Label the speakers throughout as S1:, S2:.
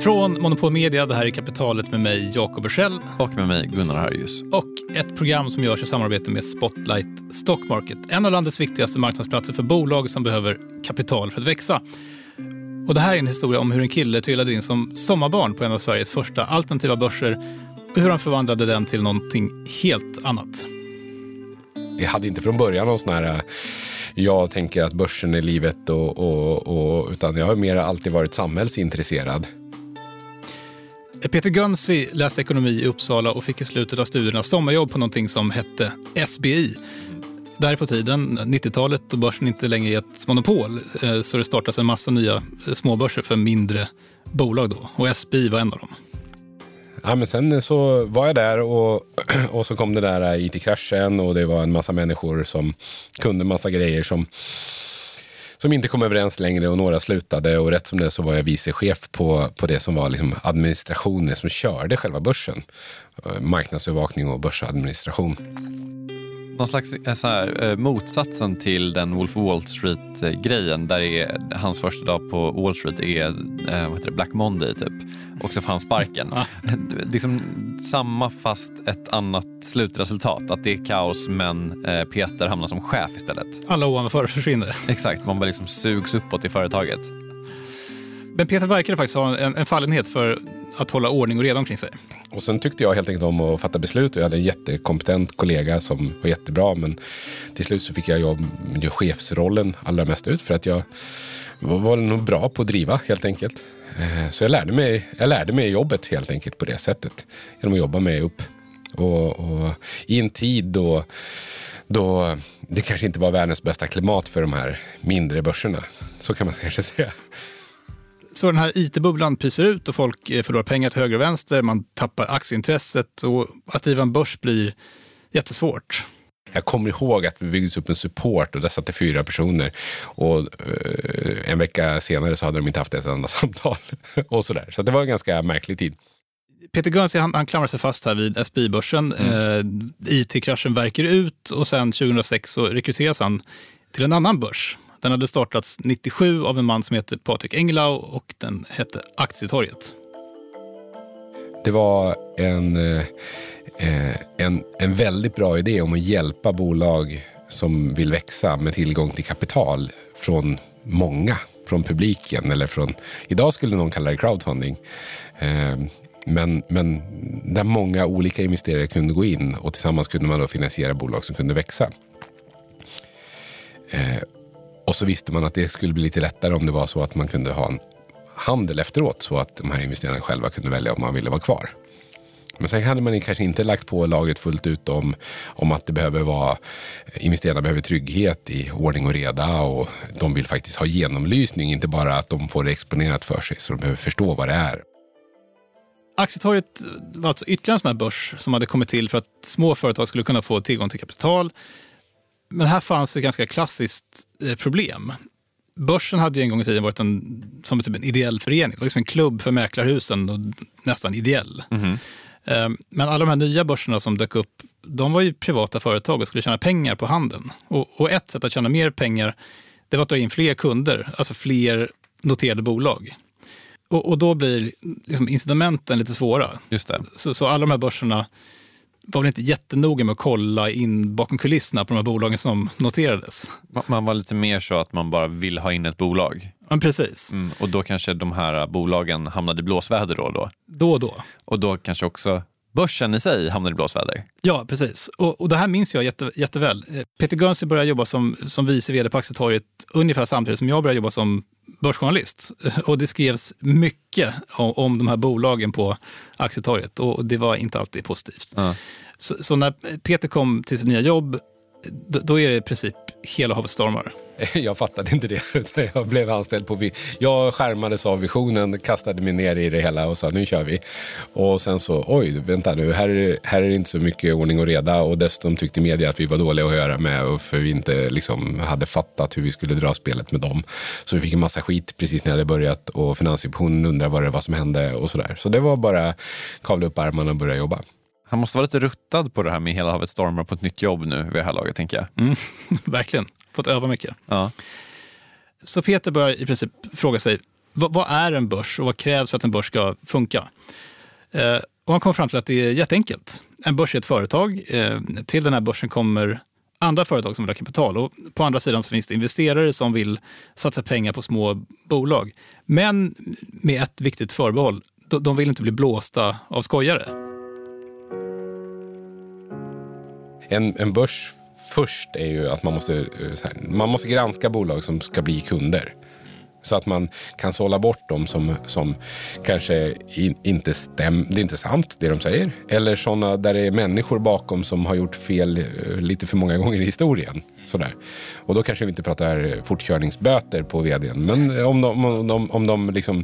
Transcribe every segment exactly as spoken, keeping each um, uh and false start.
S1: Från Monopol Media, det här är Kapitalet med mig, Jakob Bursell.
S2: Och med mig, Gunnar Harjus.
S1: Och ett program som görs i samarbete med Spotlight Stock Market. En av landets viktigaste marknadsplatser för bolag som behöver kapital för att växa. Och det här är en historia om hur en kille trillade in som sommarbarn på en av Sveriges första alternativa börser. Och hur han förvandlade den till någonting helt annat.
S3: Jag hade inte från början någon sån här, jag tänker att börsen är livet och, och, och, utan jag har mer alltid varit samhällsintresserad.
S1: Peter Gunsi läste ekonomi i Uppsala och fick i slutet av studierna sommarjobb på någonting som hette S B I. Där på tiden, nittiotalet, då börsen inte längre är ett monopol, så det startas en massa nya småbörser för mindre bolag då. Och S B I var en av dem.
S3: Ja, men sen så var jag där och, och så kom det där I T-kraschen och det var en massa människor som kunde massa grejer som, som inte kom överens längre och några slutade, och rätt som det så var jag vicechef på, på det som var liksom administrationen som körde själva börsen. Marknadsövervakning och börsadministration.
S2: Någon slags så här, motsatsen till den Wolf of Wall Street-grejen, där är hans första dag på Wall Street är vad heter det, Black Monday typ. Och så får han sparken. Ah. Liksom samma fast ett annat slutresultat. Att det är kaos, men Peter hamnar som chef istället.
S1: Alla ovanför försvinner.
S2: Exakt, man bara liksom sugs uppåt i företaget.
S1: Men Peter verkade faktiskt ha en, en fallenhet för att hålla ordning och reda omkring sig.
S3: Och sen tyckte jag helt enkelt om att fatta beslut, och jag hade en jättekompetent kollega som var jättebra, men till slut så fick jag jobb med chefsrollen allra mest ut för att jag var, var nog bra på att driva helt enkelt. Så jag lärde mig, jag lärde mig jobbet helt enkelt på det sättet, genom att jobba mig upp. Och, och i en tid då, då det kanske inte var världens bästa klimat för de här mindre börserna, så kan man kanske säga.
S1: Så den här I T-bubblan pyser ut och folk förlorar pengar till höger och vänster. Man tappar aktieintresset och att driva en börs blir jättesvårt.
S3: Jag kommer ihåg att vi byggdes upp en support och där satt det fyra personer. Och eh, en vecka senare så hade de inte haft ett enda samtal. och sådär. Så det var en ganska märklig tid.
S1: Peter Gunsi, han, han klamrar sig fast här vid S B I-börsen. Mm. Eh, I T-kraschen verkar ut och sen tjugohundrasex så rekryteras han till en annan börs. Den hade startats nittiosju av en man som heter Patrik Engelau och den hette Aktietorget.
S3: Det var en, eh, en, en väldigt bra idé om att hjälpa bolag som vill växa med tillgång till kapital från många, från publiken eller från, idag skulle någon kalla det crowdfunding. Eh, men, men där många olika investerare kunde gå in och tillsammans kunde man då finansiera bolag som kunde växa. Eh, Och så visste man att det skulle bli lite lättare om det var så att man kunde ha en handel efteråt, så att de här investerarna själva kunde välja om man ville vara kvar. Men sen hade man kanske inte lagt på lagret fullt ut om, om att det behöver vara, investerarna behöver trygghet i ordning och reda, och de vill faktiskt ha genomlysning, inte bara att de får det exponerat för sig, så de behöver förstå vad det är.
S1: Aktietorget var alltså ytterligare en sån här börs som hade kommit till för att små företag skulle kunna få tillgång till kapital. Men här fanns ett ganska klassiskt problem. Börsen hade ju en gång i tiden varit en, som typ en ideell förening. Det var liksom en klubb för mäklarhusen och nästan ideell. Mm-hmm. Men alla de här nya börserna som dök upp, de var ju privata företag och skulle tjäna pengar på handeln. Och, och ett sätt att tjäna mer pengar, det var att dra in fler kunder, alltså fler noterade bolag. Och, och då blir liksom incitamenten lite svåra.
S2: Just det.
S1: Så, så alla de här börserna var väl inte jättenoga med att kolla in bakom kulisserna på de här bolagen som noterades.
S2: Man var lite mer så att man bara vill ha in ett bolag.
S1: Ja, precis.
S2: Mm, och då kanske de här bolagen hamnade i blåsväder då och då.
S1: Då och då.
S2: Och då kanske också börsen i sig hamnade i blåsväder.
S1: Ja, precis. Och, och det här minns jag jätte, jätteväl. Peter Gunsi började jobba som, som vice vd på Aktietorget ungefär samtidigt som jag började jobba som börsjournalist. Och det skrevs mycket om, om de här bolagen på Aktietorget, och det var inte alltid positivt. Ja. Så, så när Peter kom till sitt nya jobb, då, då är det i princip hela havet stormar.
S3: Jag fattade inte det, utan jag blev anställd på vi. Jag skärmades av visionen, kastade mig ner i det hela och sa nu kör vi. Och sen så, oj, vänta nu, här är, här är det inte så mycket ordning och reda, och dessutom tyckte media att vi var dåliga att höra med, och för vi inte liksom hade fattat hur vi skulle dra spelet med dem. Så vi fick en massa skit precis när det hade börjat, och Finansinspektionen undrade vad det var som hände och sådär. Så det var bara kavla upp armarna och börja jobba.
S2: Han måste vara lite ruttad på det här med hela havet stormar på ett nytt jobb nu vid det här laget, tänker jag.
S1: Mm, verkligen. Fått öva mycket.
S2: Ja.
S1: Så Peter börjar i princip fråga sig, vad, vad är en börs och vad krävs för att en börs ska funka? Eh, och han kom fram till att det är jätteenkelt. En börs är ett företag. Eh, till den här börsen kommer andra företag som vill ha kapital. Och på andra sidan så finns det investerare som vill satsa pengar på små bolag. Men med ett viktigt förbehåll. De, de vill inte bli blåsta av skojare.
S3: En, en börs först är ju att man måste, så här, man måste granska bolag som ska bli kunder. Så att man kan sålla bort dem som, som kanske in, inte stämmer, det är inte sant det de säger. Eller sådana där det är människor bakom som har gjort fel lite för många gånger i historien. Sådär. Och då kanske vi inte pratar fortkörningsböter på vdn. Men om de, om de, om de liksom,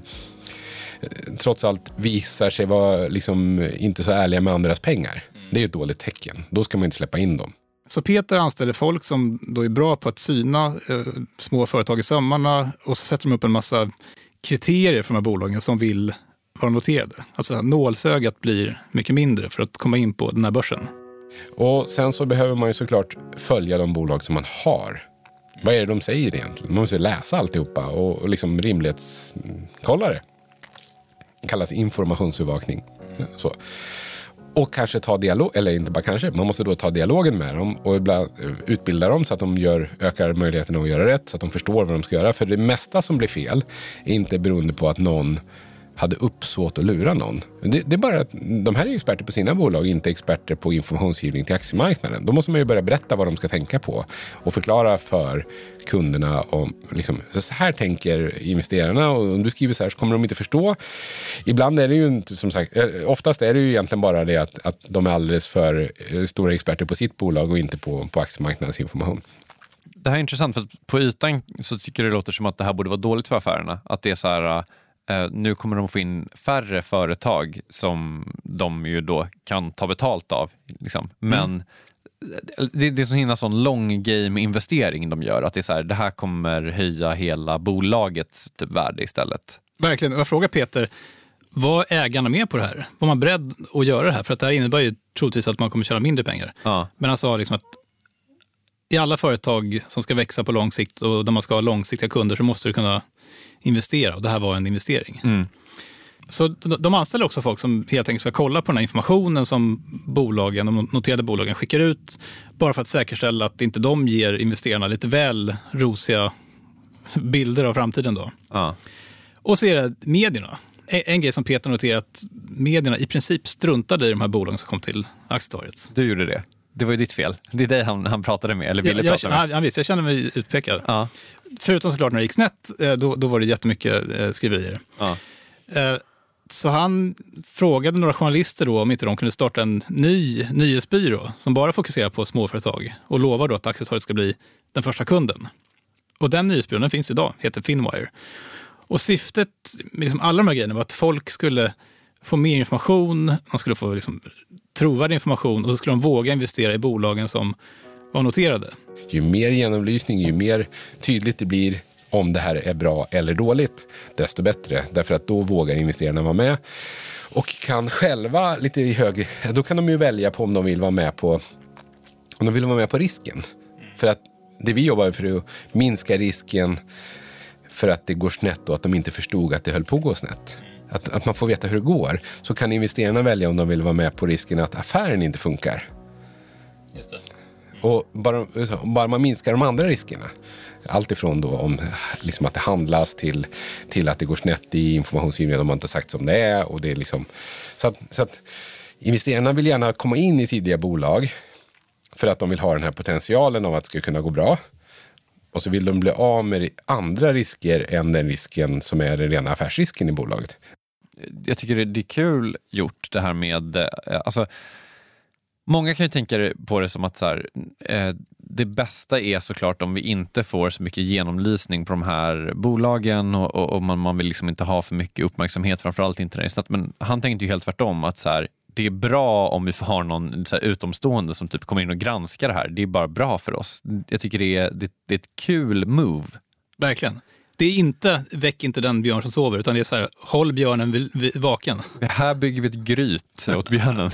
S3: trots allt visar sig vara liksom inte så ärliga med andras pengar. Det är ett dåligt tecken. Då ska man inte släppa in dem.
S1: Så Peter anställer folk som då är bra på att syna eh, små företag i sömmarna och så sätter de upp en massa kriterier för de här bolagen som vill vara noterade. Alltså nålsögat blir mycket mindre för att komma in på den här börsen.
S3: Och sen så behöver man ju såklart följa de bolag som man har. Vad är det de säger egentligen? Man måste läsa alltihopa och, och liksom rimlighetskolla det. Det kallas informationsövervakning. Så. Och kanske ta dialog, eller inte bara kanske, man måste då ta dialogen med dem och ibland utbilda dem så att de gör, ökar möjligheterna att göra rätt, så att de förstår vad de ska göra. För det mesta som blir fel är inte beroende på att någon hade uppsåt att lura någon. Det, det är bara att de här är experter på sina bolag, inte experter på informationsgivning till aktiemarknaden. Då måste man ju börja berätta vad de ska tänka på och förklara för kunderna om liksom, så här tänker investerarna, och om du skriver så här så kommer de inte förstå. Ibland är det ju inte, som sagt, oftast är det ju egentligen bara det att, att de är alldeles för stora experter på sitt bolag och inte på, på aktiemarknadens information.
S2: Det här är intressant, för på ytan så tycker det låter som att det här borde vara dåligt för affärerna. Att det är så här, Uh, nu kommer de få in färre företag som de ju då kan ta betalt av. Liksom. Men mm. det, det är så himla sån long game investering de gör. Att det är så här, det här kommer höja hela bolagets typ värde istället. Verkligen.
S1: Och jag frågar Peter, var ägarna med på det här? Var man beredd att göra det här? För att det här innebär ju troligtvis att man kommer tjäna mindre pengar.
S2: Ja.
S1: Men han sa liksom att i alla företag som ska växa på lång sikt och där man ska ha långsiktiga kunder så måste du kunna investera, och det här var en investering.
S2: Mm.
S1: Så de anställer också folk som helt enkelt ska kolla på den här informationen som bolagen, de noterade bolagen skickar ut, bara för att säkerställa att inte de ger investerarna lite väl rosiga bilder av framtiden då.
S2: Ja.
S1: Och så är det medierna. En grej som Peter noterar, att medierna i princip struntade i de här bolagen som kom till Aktietorget.
S2: Du gjorde det. Det var ju ditt fel. Det är dig han, han pratade med, eller ville
S1: jag,
S2: prata med.
S1: Jag, visst, jag känner mig utpekad.
S2: Ja.
S1: Förutom såklart när det gick snett, då, då var det jättemycket skriverier.
S2: Ja.
S1: Så han frågade några journalister då om inte de kunde starta en ny nyhetsbyrå som bara fokuserar på småföretag och lovar då att Aktietorget ska bli den första kunden. Och den nyhetsbyrån, den finns idag, heter Finwire. Och syftet med liksom alla de här grejerna var att folk skulle få mer information, man skulle få liksom trovärdig information och så skulle de våga investera i bolagen som var noterade.
S3: Ju mer genomlysning, ju mer tydligt det blir om det här är bra eller dåligt, desto bättre. Därför att då vågar investerarna vara med och kan själva lite i hög... Då kan de ju välja på om de vill vara med på, om de vill vara med på risken. För att det vi jobbar för är att minska risken för att det går snett och att de inte förstod att det höll på att gå snett. Att, att man får veta hur det går. Så kan investerarna välja om de vill vara med på risken att affären inte funkar.
S1: Just det.
S3: Och bara, bara man minskar de andra riskerna. Allt ifrån då om liksom att det handlas till, till att det går snett i informationsgivningen om man inte sagt som det är. Och det är liksom, så, att, så att investerarna vill gärna komma in i tidiga bolag för att de vill ha den här potentialen av att det ska kunna gå bra. Och så vill de bli av med andra risker än den risken som är den rena affärsrisken i bolaget.
S2: Jag tycker det är kul gjort det här med... Alltså, många kan ju tänka på det som att så här, eh, det bästa är såklart om vi inte får så mycket genomlysning på de här bolagen och, och, och man, man vill liksom inte ha för mycket uppmärksamhet, framförallt inte det. Men han tänkte ju helt tvärtom att så här, det är bra om vi får ha någon så här utomstående som typ kommer in och granskar det här. Det är bara bra för oss. Jag tycker det är, det, det är ett kul move.
S1: Verkligen. Det är inte väck inte den björn som sover, utan det är så här, håll björnen vid, vid, vaken.
S2: Här bygger vi ett gryt åt björnen.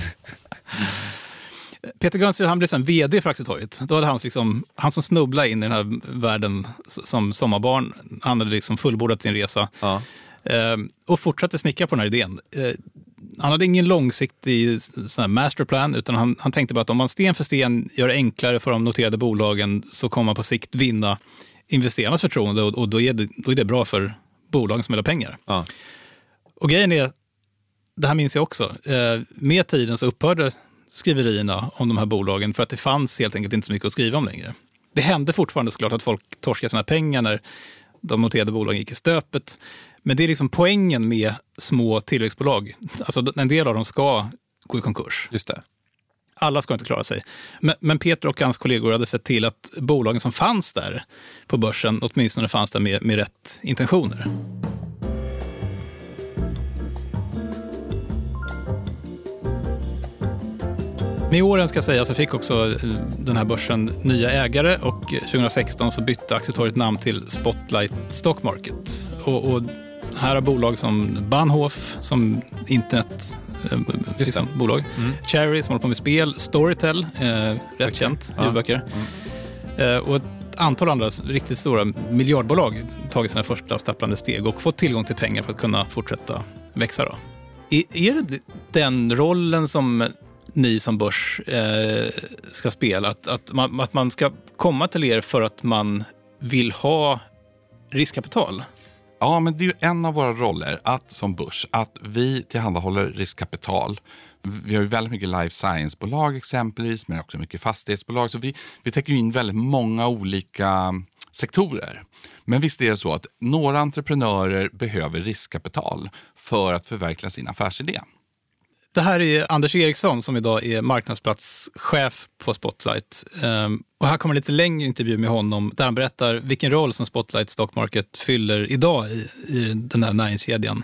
S1: Peter Gunsey, han blev sen vd för Aktietorget. Då hade han, liksom, han som snubblade in i den här världen som sommarbarn, han hade liksom fullbordat sin resa.
S2: Ja.
S1: Eh, och fortsatte snickra på den här idén. Eh, han hade ingen långsiktig sån här masterplan, utan han, han tänkte bara att om man sten för sten gör det enklare för de noterade bolagen så kommer man på sikt vinna investerarnas förtroende och, och då, är det, då är det bra för bolagen som vill ha pengar.
S2: Ja.
S1: Och grejen är, det här minns jag också, eh, med tiden så upphörde skriverierna om de här bolagen för att det fanns helt enkelt inte så mycket att skriva om längre. Det hände fortfarande såklart att folk torskade sina pengar när de noterade bolagen gick i stöpet. Men det är liksom poängen med små tillväxtbolag. Alltså en del av dem ska gå i konkurs.
S2: Just det.
S1: Alla ska inte klara sig. Men, men Peter och hans kollegor hade sett till att bolagen som fanns där på börsen åtminstone fanns där med, med rätt intentioner. Med åren ska jag säga så fick också den här börsen nya ägare och tjugohundrasexton så bytte aktietorget namn till Spotlight Stock Market. Och, och här har bolag som Bahnhof, som internet eh, liksom, bolag, mm. Cherry som håller på med spel, Storytel, eh, rätt okay. känt, ja. ljudböcker. Mm. Eh, och ett antal andra riktigt stora miljardbolag tagit sina första stapplande steg och fått tillgång till pengar för att kunna fortsätta växa. Då. Är, är det den rollen som ni som börs eh, ska spela? Att, att, man, att man ska komma till er för att man vill ha riskkapital?
S4: Ja, men det är ju en av våra roller att som börs, att vi tillhandahåller riskkapital. Vi har ju väldigt mycket life science-bolag exempelvis, men också mycket fastighetsbolag. Så vi, vi täcker in väldigt många olika sektorer. Men visst är det så att några entreprenörer behöver riskkapital för att förverkliga sin affärsidé.
S1: Det här är Anders Eriksson som idag är marknadsplatschef på Spotlight. Och här kommer en lite längre intervju med honom där han berättar vilken roll som Spotlight Stock Market fyller idag i, i den här näringskedjan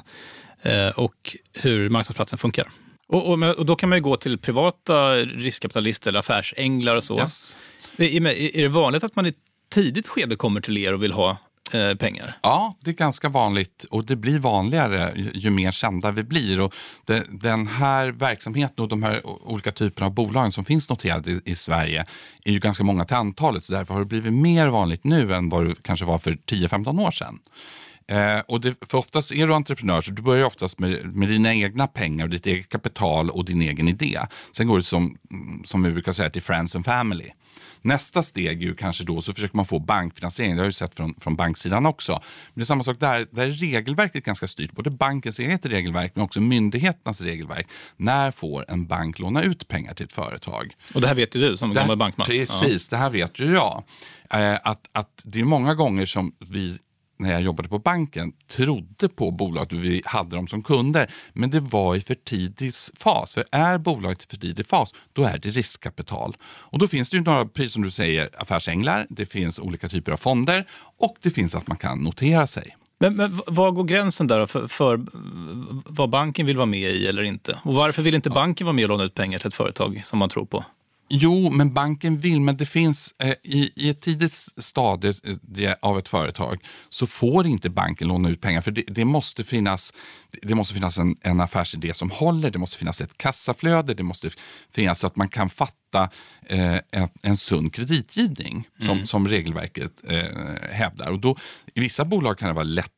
S1: och hur marknadsplatsen funkar. Och, och, och då kan man ju gå till privata riskkapitalister eller affärsänglar och så.
S4: Yes.
S1: Är, är det vanligt att man i tidigt skede kommer till er och vill ha eh, pengar?
S4: Ja, det är ganska vanligt och det blir vanligare ju, ju mer kända vi blir. Och det, den här verksamheten och de här olika typerna av bolag som finns noterade i, i Sverige är ju ganska många till antalet. Så därför har det blivit mer vanligt nu än vad det kanske var för tio femton år sedan. Eh, och det, för oftast är du entreprenör så du börjar oftast med, med dina egna pengar och ditt eget kapital och din egen idé. Sen går det som, som vi brukar säga till friends and family. Nästa steg är ju kanske då så försöker man få bankfinansiering. Det har jag ju sett från, från banksidan också. Men det är samma sak där. Där är regelverket ganska styrt. Både bankens eget regelverk men också myndigheternas regelverk. När får en bank låna ut pengar till ett företag?
S1: Och det här vet ju du som gammal bankman.
S4: Precis, ja. Det här vet ju jag. Eh, att, att det är många gånger som vi när jag jobbade på banken trodde på bolaget och vi hade dem som kunder. Men det var i för tidig fas. För är bolaget i för tidig fas, då är det riskkapital. Och då finns det ju några, precis som du säger, affärsänglar. Det finns olika typer av fonder och det finns att man kan notera sig.
S1: Men, men vad går gränsen där för, för vad banken vill vara med i eller inte? Och varför vill inte banken vara med och låna ut pengar till ett företag som man tror på?
S4: Jo, men banken vill, men det finns eh, i, i ett tidigt stadie eh, av ett företag så får inte banken låna ut pengar för det, det måste finnas, det måste finnas en, en affärsidé som håller, det måste finnas ett kassaflöde, det måste finnas så att man kan fatta eh, en, en sund kreditgivning som, mm. som regelverket eh, hävdar. Och då, i vissa bolag kan det vara lätt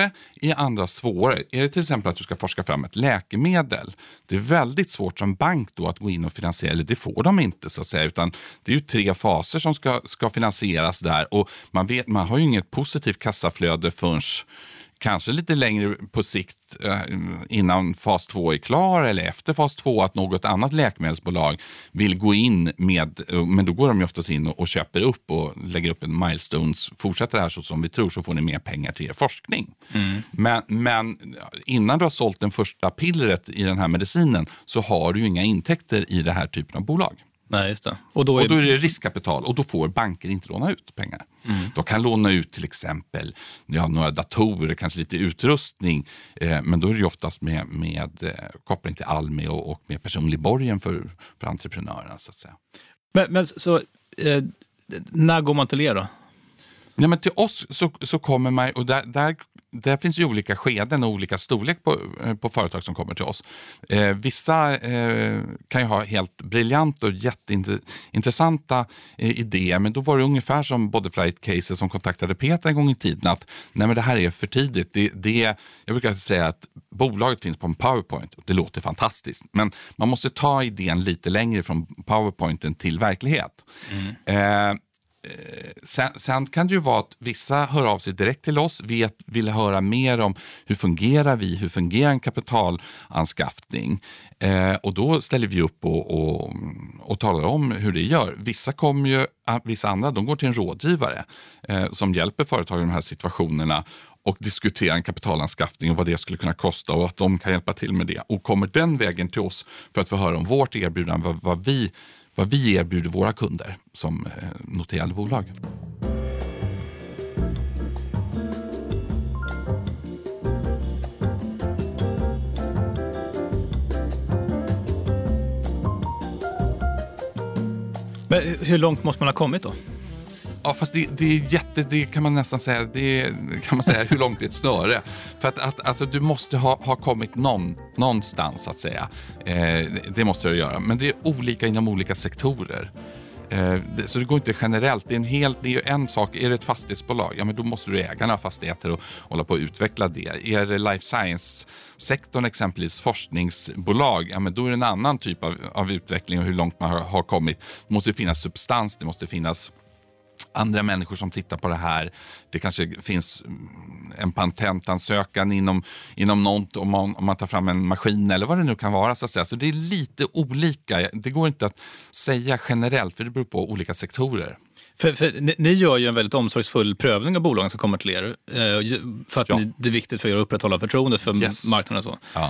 S4: i andra svårare. Är det till exempel att du ska forska fram ett läkemedel? Det är väldigt svårt som bank då att gå in och finansiera, eller det får de inte så att säga, utan det är ju tre faser som ska, ska finansieras där och man, vet, man har ju inget positivt kassaflöde förrän kanske lite längre på sikt eh, innan fas två är klar eller efter fas två att något annat läkemedelsbolag vill gå in med, men då går de ju oftast in och, och köper upp och lägger upp en milestones, fortsätter det här så som vi tror så får ni mer pengar till er forskning. Mm. Men, men innan du har sålt den första pillret i den här medicinen så har du ju inga intäkter i det här typen av bolag.
S1: Nej, just det. Och då är...
S4: och då är det riskkapital och då får banker inte låna ut pengar. Mm. De kan låna ut till exempel ja, några datorer, kanske lite utrustning, eh, men då är det ju oftast med, med eh, koppling till Almi och, och med personlig borgen för, för entreprenörerna så att säga.
S1: Men, men så, eh, när går man till er då?
S4: Ja, men till oss så, så kommer man, och där, där, där finns ju olika skeden och olika storlek på, på företag som kommer till oss. Eh, vissa eh, kan ju ha helt briljant och jätteintressanta eh, idéer, men då var det ungefär som Bodyflight-caset som kontaktade Peter en gång i tiden att nej, men det här är för tidigt. Det, det, jag brukar säga att bolaget finns på en PowerPoint och det låter fantastiskt, men man måste ta idén lite längre från PowerPointen till verklighet. Mm. Eh, Sen, sen kan det ju vara att vissa hör av sig direkt till oss, vet, vill höra mer om hur fungerar vi, hur fungerar en kapitalanskaffning. Eh, och då ställer vi upp och, och, och talar om hur det gör. Vissa kommer ju, vissa andra de går till en rådgivare eh, som hjälper företag i de här situationerna och diskuterar en kapitalanskaffning och vad det skulle kunna kosta och att de kan hjälpa till med det. Och kommer den vägen till oss för att få höra om vårt erbjudande, vad, vad vi vad vi erbjuder våra kunder som noterade bolag.
S1: Men hur långt måste man ha kommit då?
S4: Ja, fast det, det är jätte, det kan man nästan säga, det kan man säga hur långt det är ett snöre. För att, att alltså, du måste ha, ha kommit någon, någonstans så att säga. Eh, det måste du göra. Men det är olika inom olika sektorer. Eh, det, så det går inte generellt. Det är en helt, det är ju en sak. Är det ett fastighetsbolag? Ja, men då måste du äga några fastigheter och hålla på att utveckla det. Är det life science-sektorn exempelvis, forskningsbolag? Ja, men då är det en annan typ av, av utveckling och hur långt man har, har kommit. Det måste finnas substans, det måste finnas andra människor som tittar på det här. Det kanske finns en patentansökan inom, inom något om man, om man tar fram en maskin eller vad det nu kan vara så att säga. Så det är lite olika. Det går inte att säga generellt för det beror på olika sektorer.
S1: För, för ni, ni gör ju en väldigt omsorgsfull prövning av bolagen som kommer till er. Eh, för att
S4: ja.
S1: ni, det är viktigt för er att upprätthålla förtroendet för
S4: yes.
S1: marknaden och så.
S4: Ja.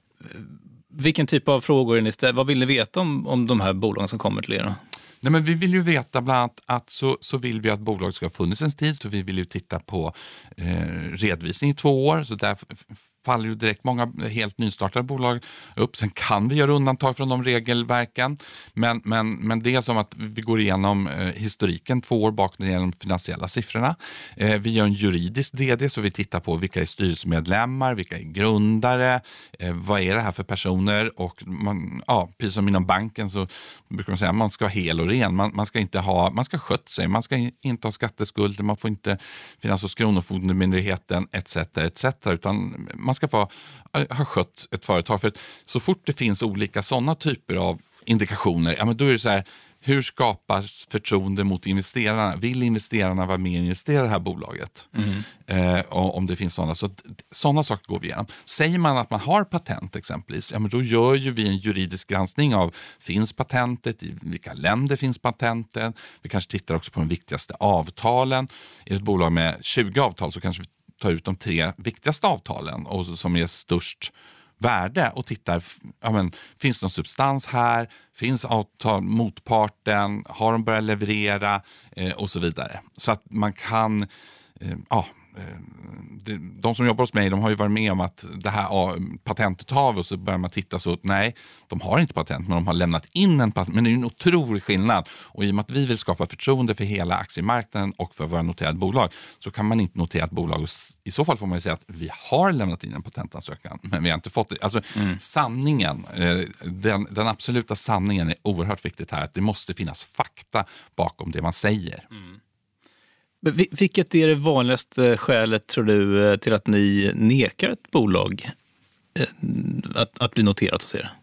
S1: Vilken typ av frågor är ni ställ, vad vill ni veta om, om de här bolagen som kommer till er?
S4: Nej, men vi vill ju veta bland annat att så, så vill vi att bolaget ska ha funnits en tid, så vi vill ju titta på eh, redovisning i två år, så där faller ju direkt många helt nystartade bolag upp. Sen kan vi göra undantag från de regelverken, men, men, men det är som att vi går igenom eh, historiken två år bak när det gäller de finansiella siffrorna. Eh, vi gör en juridisk D D, så vi tittar på vilka är styrelsemedlemmar, vilka är grundare, eh, vad är det här för personer, och man, ja, precis som inom banken så brukar man säga att man ska vara hel och ren. Man, man ska inte ha, man ska sköta sig, man ska inte ha skatteskulder, man får inte finnas hos Kronofogdemyndigheten et cetera et cetera, utan man ska få ha skött ett företag. För så fort det finns olika sådana typer av indikationer, ja, men då är det så här, hur skapas förtroende mot investerarna? Vill investerarna vara med och investera i det här bolaget? Mm. Eh, och om det finns sådana. Så sådana saker går vi igenom. Säger man att man har patent exempelvis, ja, men då gör ju vi en juridisk granskning av, finns patentet? I vilka länder finns patenten? Vi kanske tittar också på de viktigaste avtalen. I ett bolag med tjugo avtal så kanske vi tar ut de tre viktigaste avtalen och som är störst värde och tittar, ja, men, finns det någon substans här? Finns avtal motparten? Har de börjat leverera? Eh, och så vidare. Så att man kan, eh, ja, de, de som jobbar hos mig, de har ju varit med om att det här ja, patentet har vi, och så börjar man titta så att nej, de har inte patent, men de har lämnat in en patent. Men det är en otrolig skillnad, och i och med att vi vill skapa förtroende för hela aktiemarknaden och för våra noterade bolag, så kan man inte notera ett bolag, och i så fall får man ju säga att vi har lämnat in en patentansökan, men vi har inte fått det. Alltså mm. sanningen, den, den absoluta sanningen är oerhört viktigt här, att det måste finnas fakta bakom det man säger.
S1: Mm. Vilket är det vanligaste skälet, tror du, till att ni nekar ett bolag att, att bli noterat hos er?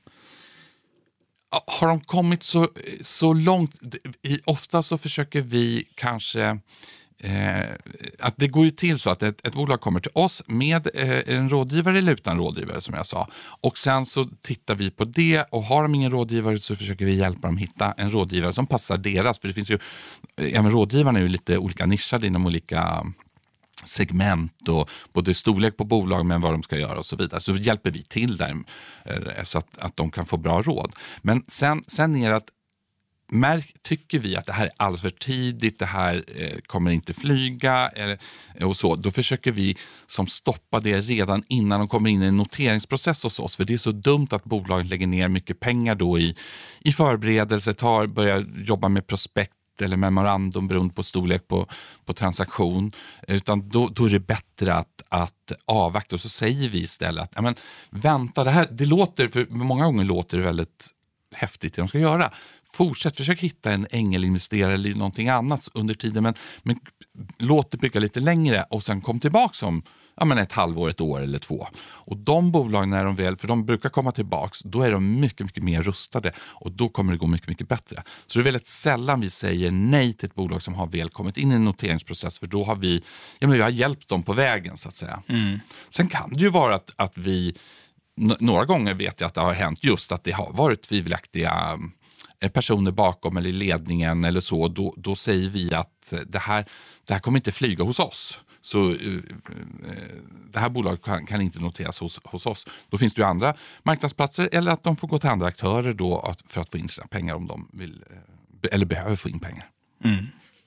S4: Har de kommit så, så långt? Ofta så försöker vi kanske... Eh, att det går ju till så att ett, ett bolag kommer till oss med eh, en rådgivare eller utan rådgivare, som jag sa. Och sen så tittar vi på det, och har de ingen rådgivare så försöker vi hjälpa dem hitta en rådgivare som passar deras. För det finns ju, ja, men rådgivarna är ju lite olika nischade inom olika segment och både storlek på bolag, men vad de ska göra och så vidare. Så hjälper vi till där eh, så att, att de kan få bra råd. Men sen, sen är det att Märk, tycker vi att det här är alldeles för tidigt, det här eh, kommer inte flyga eller, och så, då försöker vi som stoppa det redan innan de kommer in i en noteringsprocess hos oss, för det är så dumt att bolagen lägger ner mycket pengar då i, i förberedelse, tar, börjar jobba med prospekt eller memorandum beroende på storlek på, på transaktion. Utan då, då är det bättre att, att avvakta. Och så säger vi istället att ja, men, vänta, det här, det låter, för många gånger låter det väldigt häftigt det de ska göra. Fortsätt, försök hitta en ängelinvesterare eller någonting annat under tiden, men, men låt det bygga lite längre och sen kom tillbaka om ja, men ett halvår, ett år eller två. Och de bolagen när de väl, för de brukar komma tillbaks, då är de mycket, mycket mer rustade och då kommer det gå mycket, mycket bättre. Så det är väldigt sällan vi säger nej till ett bolag som har väl kommit in i en noteringsprocess, för då har vi, ja, men vi har hjälpt dem på vägen så att säga. Mm. Sen kan det ju vara att, att vi, n- några gånger vet jag att det har hänt just att det har varit tvivelaktiga personer bakom eller i ledningen eller så, då, då säger vi att det här, det här kommer inte flyga hos oss. Så uh, det här bolaget kan, kan inte noteras hos, hos oss. Då finns det ju andra marknadsplatser eller att de får gå till andra aktörer då att, för att få in sina pengar om de vill eller behöver få in pengar. Mm.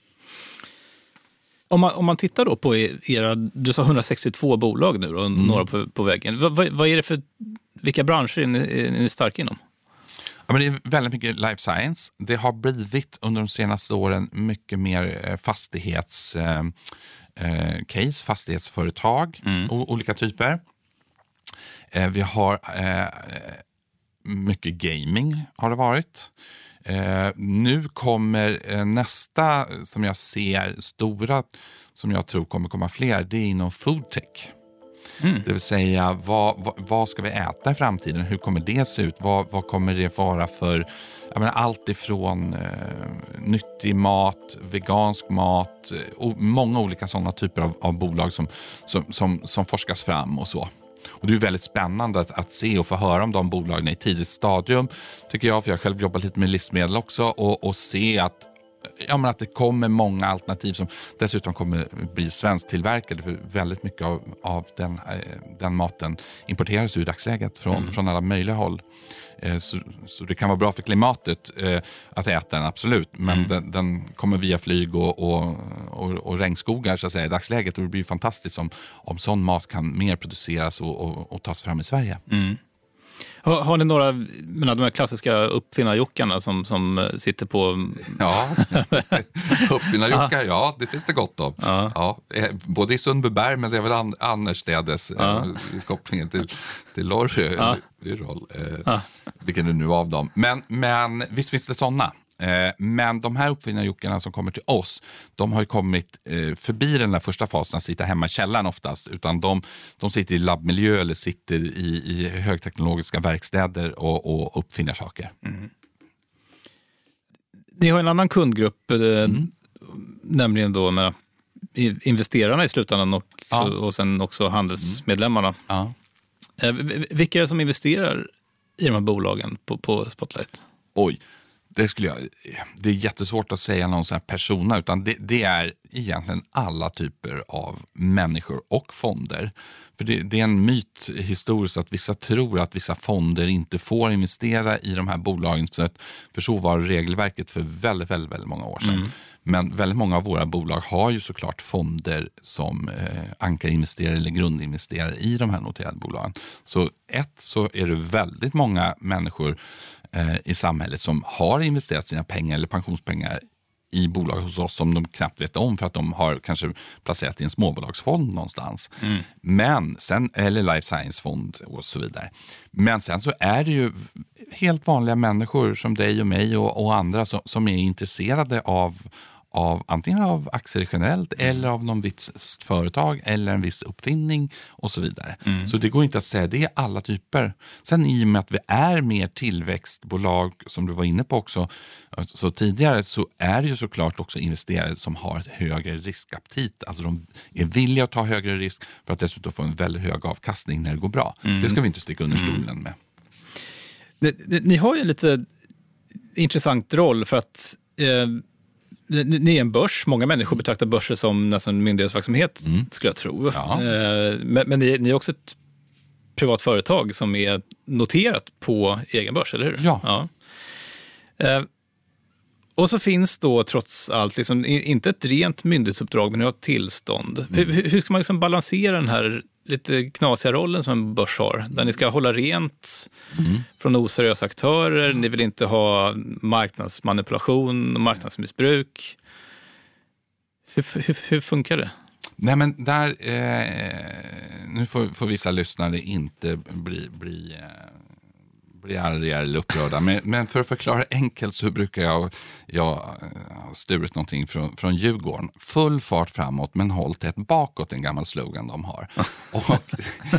S1: Om man, om man tittar då på era, du sa hundrasextiotvå bolag nu och mm. några på, på vägen. Vad, vad är det för, vilka branscher är ni, är ni starka inom?
S4: Ja, men det är väldigt mycket life science. Det har blivit under de senaste åren mycket mer fastighets eh, eh, case, fastighetsföretag, mm. o- olika typer. Eh, vi har eh, mycket gaming har det varit. Eh, nu kommer eh, nästa som jag ser stora som jag tror kommer komma fler, det är inom foodtech. Mm. Det vill säga, vad, vad, vad ska vi äta i framtiden? Hur kommer det se ut? Vad, vad kommer det vara för jag menar, allt ifrån eh, nyttig mat, vegansk mat och många olika sådana typer av, av bolag som, som, som, som forskas fram och så. Och det är väldigt spännande att, att se och få höra om de bolagen i tidigt stadium, tycker jag, för jag har själv jobbat lite med livsmedel också, och, och se att Ja, men att det kommer många alternativ som dessutom kommer bli svensktillverkade, för väldigt mycket av, av den, den maten importeras ur dagsläget från, mm. från alla möjliga håll. Eh, så, så det kan vara bra för klimatet eh, att äta den, absolut. Men mm. den, den kommer via flyg och, och, och, och regnskogar så att säga, i dagsläget. Och det blir fantastiskt om, om sån mat kan mer produceras och, och, och tas fram i Sverige. Mm.
S1: Har, har ni några, menar, de här klassiska uppfinnarjockarna som, som sitter på...
S4: Ja, uppfinnarjockar, ja, det finns det gott om. Ja. Ja, både i Sundbyberg, men det är väl an, annorstädes ja. kopplingen till, till Lorry, ja. roll, eh, ja. vilken är nu av dem. Men, men visst finns det sådana. Men de här uppfinnarjockarna som kommer till oss, de har ju kommit förbi den där första fasen att sitta hemma i källaren oftast, utan de, de sitter i labbmiljö eller sitter i, i högteknologiska verkstäder och, och uppfinner saker. Mm.
S1: Ni har en annan kundgrupp, mm. nämligen då med investerarna i slutändan och, ja. och sen också handelsmedlemmarna. Ja. Vilka är det som investerar i de här bolagen på, på Spotlight?
S4: Oj. Det, skulle jag, det är jättesvårt att säga någon sån här persona, utan det, det är egentligen alla typer av människor och fonder. För det, det är en myt historiskt att vissa tror att vissa fonder inte får investera i de här bolagen. Så att, för så var regelverket för väldigt, väldigt, väldigt många år sedan. Mm. Men väldigt många av våra bolag har ju såklart fonder som eh, ankarinvesterare eller grundinvesterare i de här noterade bolagen. Så ett, så är det väldigt många människor eh, i samhället som har investerat sina pengar eller pensionspengar i bolag hos oss som de knappt vet om för att de har kanske placerat i en småbolagsfond någonstans. Mm. Men sen, eller life science-fond och så vidare. Men sen så är det ju helt vanliga människor som dig och mig och, och andra som, som är intresserade av av antingen av aktier generellt eller av någon viss företag eller en viss uppfinning och så vidare. Mm. Så det går inte att säga, det är alla typer. Sen i och med att vi är mer tillväxtbolag, som du var inne på också så tidigare, så är det ju såklart också investerare som har ett högre riskaptit. Alltså de är villiga att ta högre risk för att dessutom få en väldigt hög avkastning när det går bra. Mm. Det ska vi inte sticka under stolen mm. med.
S1: Ni, ni, ni har ju en lite intressant roll för att eh, ni är en börs. Många människor betraktar börser som nästan myndighetsverksamhet, mm. skulle jag tro. Ja. Men, men ni, ni är också ett privat företag som är noterat på egen börs, eller hur?
S4: Ja.
S1: ja. Och så finns då trots allt liksom, inte ett rent myndighetsuppdrag, men ni har ett tillstånd. Mm. Hur, hur ska man liksom balansera den här lite knasiga rollen som en börs har. Där ni ska hålla rent
S4: Mm.
S1: från oseriösa aktörer. Ni vill inte ha marknadsmanipulation och marknadsmissbruk. Hur, hur, hur funkar det?
S4: Nej, men där, eh, nu får, får vissa lyssnare inte bli, bli, eh, bli arga eller upprörda. Men, men för att förklara enkelt så brukar jag, jag ha sturit någonting från, från Djurgården. Full fart framåt men håll tätt bakåt, en gammal slogan de har. Och,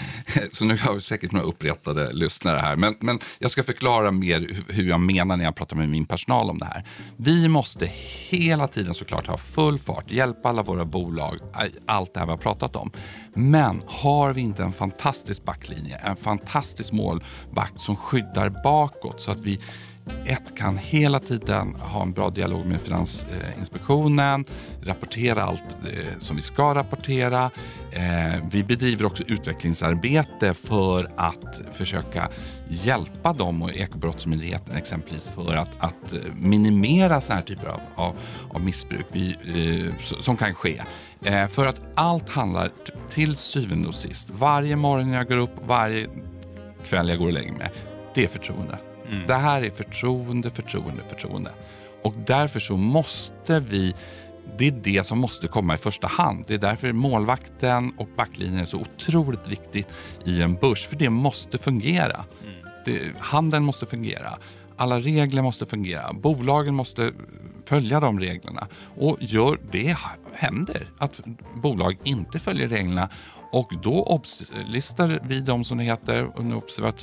S4: så nu har vi säkert några upprättade lyssnare här. Men, men jag ska förklara mer hur jag menar när jag pratar med min personal om det här. Vi måste hela tiden såklart ha full fart, hjälpa alla våra bolag, allt det här vi har pratat om. Men har vi inte en fantastisk backlinje, en fantastisk målvakt som skyddar bakåt så att vi ett kan hela tiden ha en bra dialog med Finansinspektionen, rapportera allt eh, som vi ska rapportera. Eh, vi bedriver också utvecklingsarbete för att försöka hjälpa dem och Ekobrottsmyndigheten exempelvis för att, att minimera såna här typer av, av, av missbruk vi, eh, som kan ske. Eh, för att allt handlar t- till syvende och sist. Varje morgon när jag går upp, varje kväll jag går och lägger mig, det är förtroende. Mm. Det här är förtroende, förtroende, förtroende. Och därför så måste vi, det är det som måste komma i första hand. Det är därför målvakten och backlinjen är så otroligt viktigt i en börs. För det måste fungera. Mm. Det, handeln måste fungera. Alla regler måste fungera. Bolagen måste följa de reglerna. Och gör det händer att bolag inte följer reglerna. Och då obs-listar vi dem som det heter under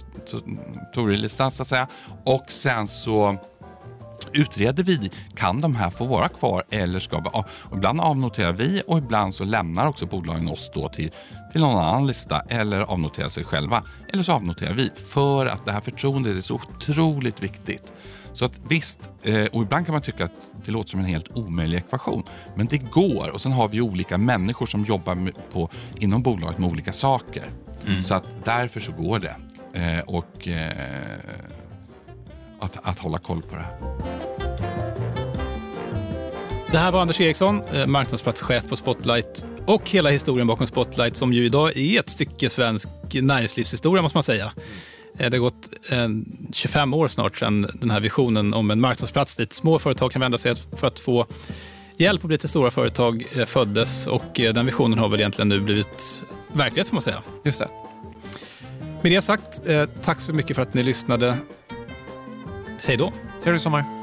S4: observatorielistan så att säga. Och sen så utreder vi, kan de här få vara kvar eller ska vi, och ibland avnoterar vi och ibland så lämnar också bolagen oss då till, till någon annan lista eller avnoterar sig själva. Eller så avnoterar vi för att det här förtroendet är så otroligt viktigt. Så att visst, och ibland kan man tycka att det låter som en helt omöjlig ekvation. Men det går, och sen har vi olika människor som jobbar med, på, inom bolaget med olika saker. Mm. Så att därför så går det. Eh, och eh, att, att hålla koll på det här.
S1: Det här var Anders Eriksson, marknadsplatschef på Spotlight och hela historien bakom Spotlight som ju idag är ett stycke svensk näringslivshistoria måste man säga. Det har gått tjugofem år snart sedan den här visionen om en marknadsplats dit små företag kan vända sig för att få hjälp att bli till stora företag föddes och den visionen har väl egentligen nu blivit verklighet får man säga.
S2: Just det.
S1: Med det sagt, tack så mycket för att ni lyssnade. Hej då.
S2: Trevlig sommar.